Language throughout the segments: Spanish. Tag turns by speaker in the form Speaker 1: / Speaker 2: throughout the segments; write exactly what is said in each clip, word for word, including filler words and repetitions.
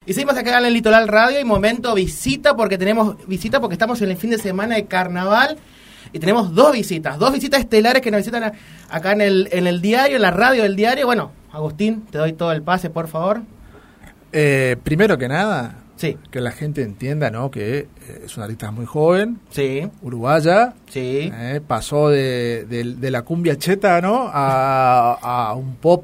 Speaker 1: Y seguimos acá en el Litoral Radio y momento visita porque tenemos visita porque estamos en el fin de semana de carnaval y tenemos dos visitas, dos visitas estelares que nos visitan a, acá en el, en el diario, en la radio del diario. Bueno, Agustín, te doy todo el pase, por favor.
Speaker 2: Eh, primero que nada,
Speaker 1: sí, que
Speaker 2: la gente entienda, ¿no? Que eh, es una artista muy joven,
Speaker 1: sí,
Speaker 2: uruguaya,
Speaker 1: sí,
Speaker 2: eh, pasó de, de, de la cumbia cheta, ¿no? A, a un pop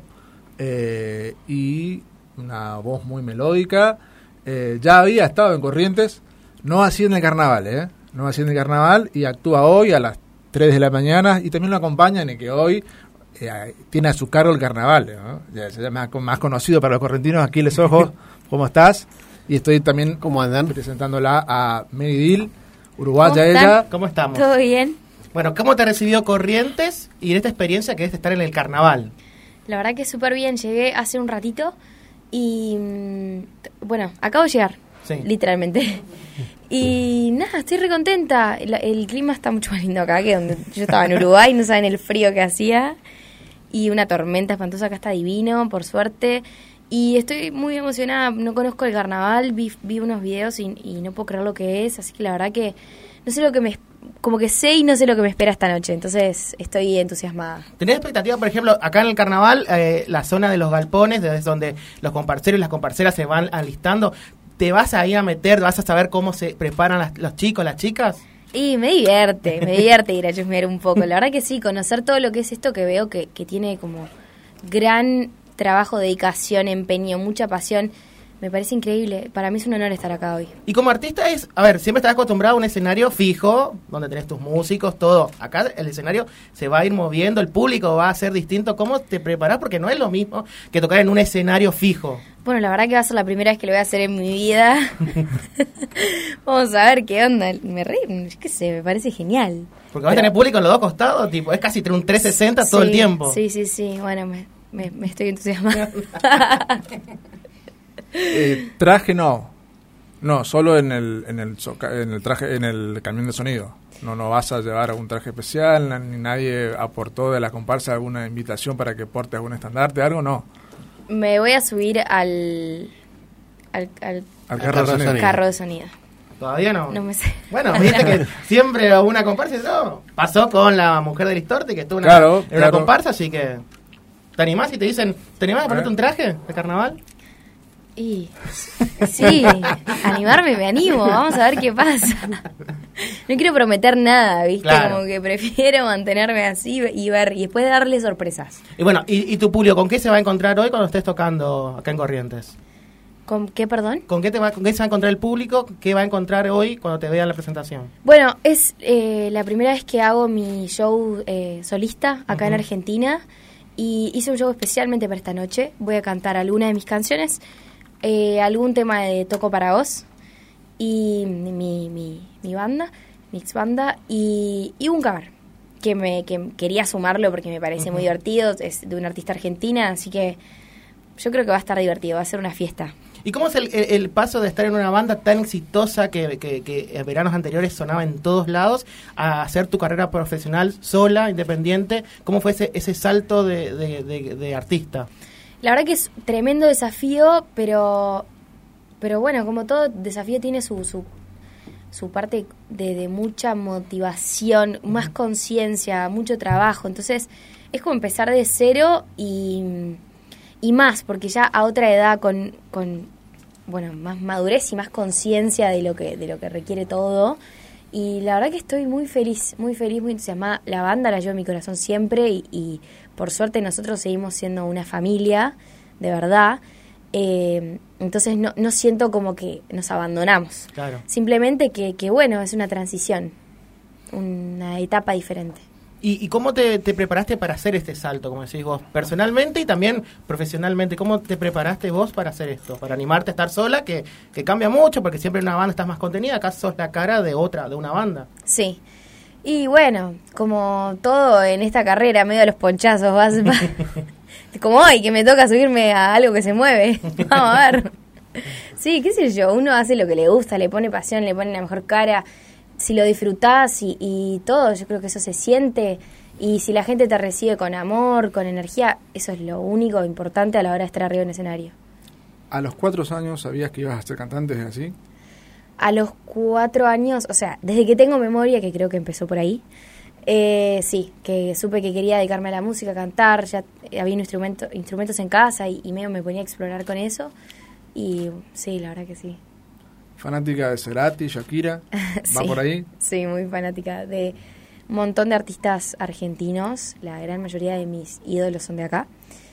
Speaker 2: eh, y una voz muy melódica. Eh, ya había estado en Corrientes, no así en el carnaval, ¿eh? No así en el carnaval, y actúa hoy a las tres de la mañana y también lo acompaña en el que hoy eh, tiene a su cargo el carnaval, ¿no? Ya, ya más, más conocido para los correntinos, Aquiles Ojos, ¿cómo estás? Y estoy también ¿Cómo andan? presentándola a Mary Dil, uruguaya
Speaker 1: ¿Cómo
Speaker 2: ella.
Speaker 1: ¿Cómo estamos?
Speaker 3: ¿Todo bien?
Speaker 1: Bueno, ¿cómo te recibió Corrientes y en esta experiencia que es estar en el carnaval?
Speaker 3: La verdad que súper bien, llegué hace un ratito y, bueno, acabo de llegar, sí. literalmente. Y nada, estoy re contenta. El, el clima está mucho más lindo acá que donde yo estaba en Uruguay, no saben el frío que hacía. Y una tormenta espantosa, acá está divino, por suerte. Y estoy muy emocionada, no conozco el carnaval, vi, vi unos videos y, y no puedo creer lo que es, así que la verdad que no sé lo que me... como que sé y no sé lo que me espera esta noche, entonces estoy entusiasmada.
Speaker 1: ¿Tenés expectativa, por ejemplo, acá en el carnaval, eh, la zona de los galpones, desde donde los comparceros y las comparceras se van alistando, ¿te vas ahí a meter, vas a saber cómo se preparan las, los chicos, las chicas?
Speaker 3: Y me divierte, me divierte ir a chusmear un poco, la verdad que sí, conocer todo lo que es esto que veo que, que tiene como gran trabajo, dedicación, empeño, mucha pasión. Me parece increíble. Para mí es un honor estar acá hoy.
Speaker 1: Y como artista es, a ver, siempre estás acostumbrado a un escenario fijo, donde tenés tus músicos, todo. Acá el escenario se va a ir moviendo, el público va a ser distinto. ¿Cómo te preparás? Porque no es lo mismo que tocar en un escenario fijo.
Speaker 3: Bueno, la verdad que va a ser la primera vez que lo voy a hacer en mi vida. Vamos a ver qué onda. Me reí, yo qué sé, me parece genial.
Speaker 1: Porque vas a tener público en los dos costados, tipo, es casi un trescientos sesenta sí, todo el tiempo.
Speaker 3: Sí, sí, sí. Bueno, me, me, me estoy entusiasmando.
Speaker 2: Eh, traje no, no, solo en el en el en el traje en el camión de sonido. No, no vas a llevar algún traje especial, ni nadie aportó de la comparsa alguna invitación para que porte algún estandarte, algo, no.
Speaker 3: Me voy a subir al al, al,
Speaker 2: al carro, al de sonido.
Speaker 3: carro de sonido.
Speaker 1: ¿Todavía no?
Speaker 3: No me sé.
Speaker 1: Bueno, viste que siempre una comparsa, no, pasó con la mujer del Istorte, que estuvo una,
Speaker 2: claro,
Speaker 1: en una
Speaker 2: claro.
Speaker 1: comparsa, así que ¿te animás y te dicen, ¿te animás a ponerte un traje de carnaval?
Speaker 3: Y sí, animarme me animo, vamos a ver qué pasa. No quiero prometer nada, ¿viste? Claro. Como que prefiero mantenerme así y ver y después darle sorpresas.
Speaker 1: Y bueno, ¿y, y tu Pulio, con qué se va a encontrar hoy cuando estés tocando acá en Corrientes?
Speaker 3: ¿Con qué, perdón?
Speaker 1: ¿Con qué, te va, con qué se va a encontrar el público? ¿Qué va a encontrar hoy cuando te vean la presentación?
Speaker 3: Bueno, es eh, la primera vez que hago mi show eh, solista acá uh-huh. en Argentina y hice un show especialmente para esta noche. Voy a cantar alguna de mis canciones. Eh, algún tema de Toco para Vos y mi, mi, mi banda, mi ex banda y, y un cover que me que quería sumarlo porque me parece uh-huh. muy divertido, es de una artista argentina, así que yo creo que va a estar divertido, va a ser una fiesta.
Speaker 1: ¿Y cómo es el, el, el paso de estar en una banda tan exitosa que, que, que en veranos anteriores sonaba en todos lados a hacer tu carrera profesional sola, independiente? ¿Cómo fue ese, ese salto de, de, de, de artista?
Speaker 3: La verdad que es tremendo desafío, pero pero bueno, como todo desafío tiene su su, su parte de, de mucha motivación, uh-huh. más conciencia, mucho trabajo. Entonces es como empezar de cero y, y más, porque ya a otra edad con, con bueno más madurez y más conciencia de lo que de lo que requiere todo. Y la verdad que estoy muy feliz, muy feliz, muy entusiasmada. La banda la llevo en mi corazón siempre y, y por suerte nosotros seguimos siendo una familia, de verdad. Eh, entonces no, no siento como que nos abandonamos.
Speaker 1: Claro.
Speaker 3: Simplemente que, que, bueno, es una transición, una etapa diferente.
Speaker 1: ¿Y, y cómo te, te preparaste para hacer este salto, como decís vos, personalmente y también profesionalmente? ¿Cómo te preparaste vos para hacer esto? Para animarte a estar sola, que, que cambia mucho, porque siempre en una banda estás más contenida, acá sos la cara de otra, de una banda.
Speaker 3: Sí. Y bueno, como todo en esta carrera, medio de los ponchazos, vas, vas como hoy, que me toca subirme a algo que se mueve. Vamos a ver. Sí, qué sé yo, uno hace lo que le gusta, le pone pasión, le pone la mejor cara. Si lo disfrutás y, y todo, yo creo que eso se siente. Y si la gente te recibe con amor, con energía, eso es lo único importante a la hora de estar arriba en el escenario.
Speaker 2: ¿A los cuatro años sabías que ibas a ser cantante así?
Speaker 3: A los cuatro años, o sea, desde que tengo memoria, que creo que empezó por ahí, eh, sí, que supe que quería dedicarme a la música, a cantar, ya había un instrumento, instrumentos en casa y, y medio me ponía a explorar con eso. Y sí, la verdad que sí.
Speaker 2: ¿Fanática de Cerati, Shakira? ¿Va
Speaker 3: Sí,
Speaker 2: por ahí?
Speaker 3: Sí, muy fanática de un montón de artistas argentinos. La gran mayoría de mis ídolos son de acá.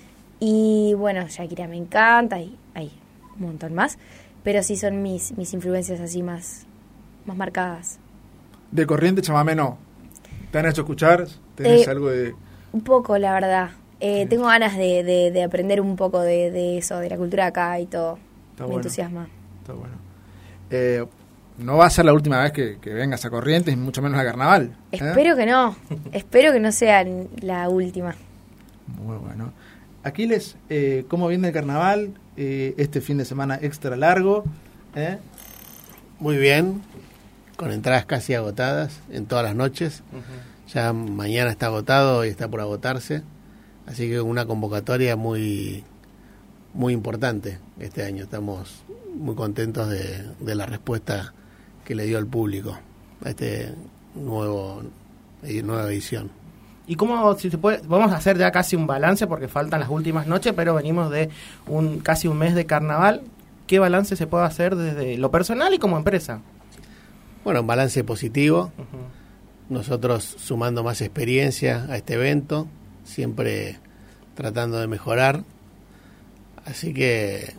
Speaker 3: Y bueno, Shakira me encanta y hay un montón más. Pero sí son mis, mis influencias así más, más marcadas.
Speaker 2: ¿De corriente chamamé no? ¿Te han hecho escuchar? ¿Tenés
Speaker 3: Eh,
Speaker 2: algo de...?
Speaker 3: Un poco, la verdad. Eh,
Speaker 2: Sí.
Speaker 3: Tengo ganas de, de, de aprender un poco de, de eso, de la cultura acá y todo.
Speaker 2: Está
Speaker 3: me
Speaker 2: bueno.
Speaker 3: entusiasma.
Speaker 2: Está bueno. Eh, no va a ser la última vez que, que vengas a Corrientes, y mucho menos a Carnaval. ¿eh?
Speaker 3: Espero que no. Espero que no sea la última.
Speaker 2: Muy bueno. Aquiles, eh, ¿cómo viene el Carnaval? Eh, este fin de semana extra largo. ¿eh?
Speaker 4: Muy bien, con entradas casi agotadas en todas las noches. Uh-huh. Ya mañana está agotado y está por agotarse. Así que una convocatoria muy, muy importante este año. Estamos muy contentos de, de la respuesta que le dio el público a este nuevo nueva edición.
Speaker 1: ¿Y cómo, si se puede, vamos a hacer ya casi un balance porque faltan las últimas noches, pero venimos de un casi un mes de carnaval? ¿Qué balance se puede hacer desde lo personal y como empresa?
Speaker 4: Bueno, un balance positivo.
Speaker 1: Uh-huh.
Speaker 4: Nosotros sumando más experiencia a este evento, siempre tratando de mejorar. Así que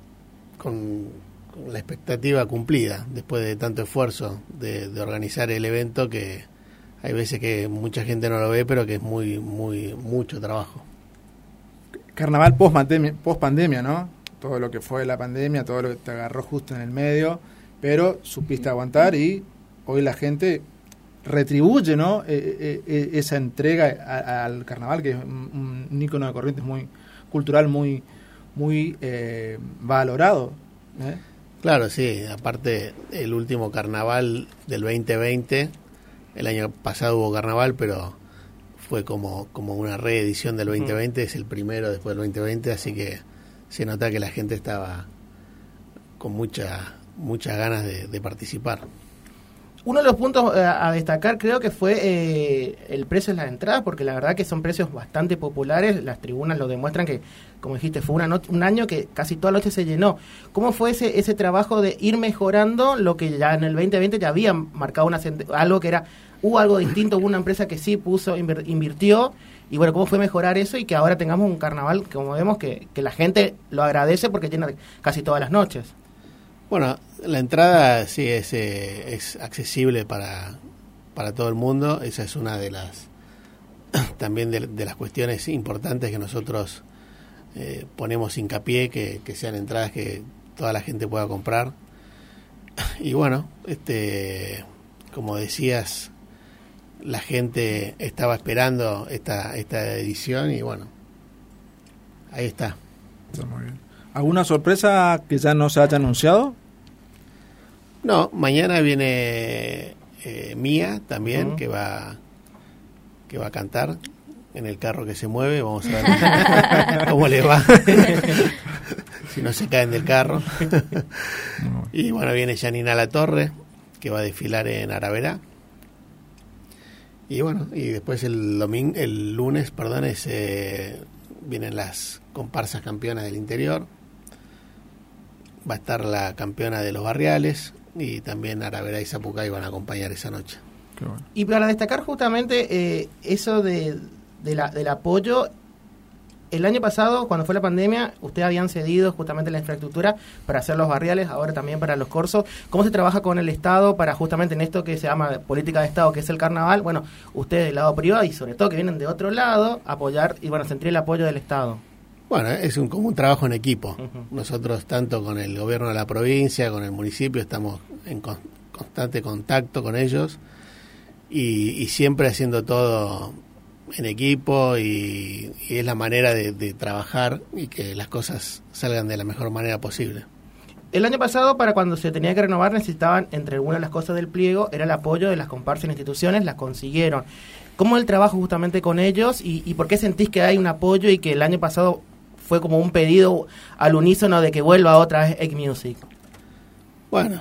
Speaker 4: con, con la expectativa cumplida, después de tanto esfuerzo de, de organizar el evento, que hay veces que mucha gente no lo ve, pero que es muy, muy, mucho trabajo.
Speaker 2: Carnaval post pandemia, post pandemia, ¿no? Todo lo que fue la pandemia, todo lo que te agarró justo en el medio, pero supiste aguantar y hoy la gente retribuye, ¿no? Eh, eh, eh, esa entrega a, al carnaval, que es un, un ícono de Corrientes muy cultural, muy, muy eh, valorado. ¿eh?
Speaker 4: Claro, sí. Aparte, el último carnaval del veinte veinte, el año pasado hubo carnaval, pero fue como, como una reedición del veinte veinte, es el primero después del veinte veinte, así que se nota que la gente estaba con mucha, muchas ganas de, de participar.
Speaker 1: Uno de los puntos eh, a destacar creo que fue eh, el precio de las entradas, porque la verdad que son precios bastante populares, las tribunas lo demuestran que, como dijiste, fue una no- un año que casi toda la noche se llenó. ¿Cómo fue ese ese trabajo de ir mejorando lo que ya en el veinte veinte ya había marcado una sent- algo que era, hubo algo distinto, hubo una empresa que sí puso, invir- invirtió, y bueno, cómo fue mejorar eso y que ahora tengamos un carnaval, como vemos, que, que la gente lo agradece porque llena casi todas las noches?
Speaker 4: Bueno, la entrada sí es, eh, es accesible para, para todo el mundo. Esa es una de las también de, de las cuestiones importantes que nosotros eh, ponemos hincapié, que, que sean entradas que toda la gente pueda comprar. Y bueno, este como decías, la gente estaba esperando esta, esta edición y bueno, ahí está.
Speaker 2: Está muy bien. ¿Alguna sorpresa que ya no se haya anunciado?
Speaker 4: No, mañana viene eh, Mía también, uh-huh. que va que va a cantar en el carro que se mueve. Vamos a ver cómo le va. Si no se caen del carro. Y bueno, viene Janina Latorre, que va a desfilar en Araverá. Y bueno, y después el domingo, el lunes, perdón, es, eh, vienen las comparsas campeonas del interior. Va a estar la campeona de los barriales y también Araverá y Zapucay van a acompañar esa noche.
Speaker 2: Qué bueno.
Speaker 1: Y para destacar justamente eh, eso de, de la, del apoyo, el año pasado, cuando fue la pandemia, ustedes habían cedido justamente la infraestructura para hacer los barriales, ahora también para los corsos. ¿Cómo se trabaja con el Estado para justamente en esto que se llama política de Estado, que es el carnaval? Bueno, ustedes del lado privado y sobre todo que vienen de otro lado, apoyar y bueno, sentir el apoyo del Estado.
Speaker 4: Bueno, es un, como un trabajo en equipo.
Speaker 1: Uh-huh.
Speaker 4: Nosotros, tanto con el gobierno de la provincia, con el municipio, estamos en con, constante contacto con ellos y, y siempre haciendo todo en equipo y, y es la manera de, de trabajar y que las cosas salgan de la mejor manera posible.
Speaker 1: El año pasado, para cuando se tenía que renovar, necesitaban, entre algunas de las cosas del pliego, era el apoyo de las comparsas y las instituciones, las consiguieron. ¿Cómo es el trabajo justamente con ellos y, y por qué sentís que hay un apoyo y que el año pasado fue como un pedido al unísono de que vuelva otra vez Egg Music?
Speaker 4: Bueno,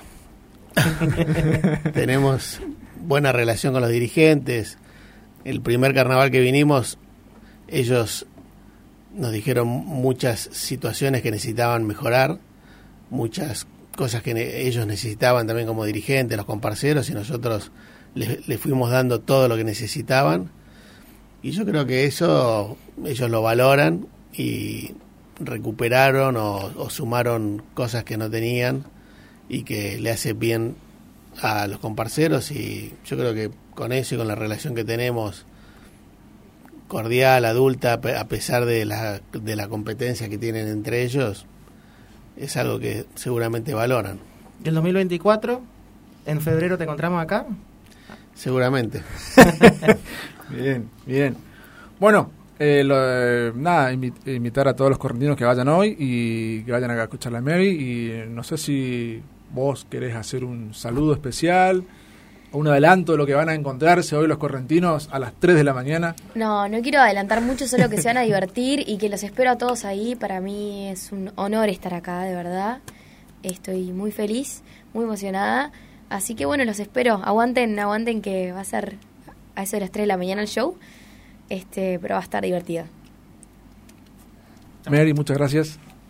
Speaker 4: tenemos buena relación con los dirigentes. El primer carnaval que vinimos, ellos nos dijeron muchas situaciones que necesitaban mejorar, muchas cosas que ne- ellos necesitaban también como dirigentes, los comparceros, y nosotros les, les fuimos dando todo lo que necesitaban. Y yo creo que eso ellos lo valoran y recuperaron o, o sumaron cosas que no tenían y que le hace bien a los comparceros, y yo creo que con eso y con la relación que tenemos cordial, adulta, a pesar de la, de la competencia que tienen entre ellos, es algo que seguramente valoran.
Speaker 1: ¿Y el dos mil veinticuatro? ¿En febrero te encontramos acá?
Speaker 4: Seguramente.
Speaker 2: Bien, bien. Bueno, eh, lo, eh, nada, invi- invitar a todos los correntinos que vayan hoy y que vayan acá a escuchar la Mary. Y eh, no sé si vos querés hacer un saludo especial o un adelanto de lo que van a encontrarse hoy los correntinos a las tres de la mañana.
Speaker 3: No, no quiero adelantar mucho, solo que se van a divertir y que los espero a todos ahí. Para mí es un honor estar acá, de verdad. Estoy muy feliz, muy emocionada. Así que bueno, los espero. Aguanten, aguanten que va a ser a eso de las tres de la mañana el show. Este, pero va a estar divertido.
Speaker 2: Mary, muchas gracias.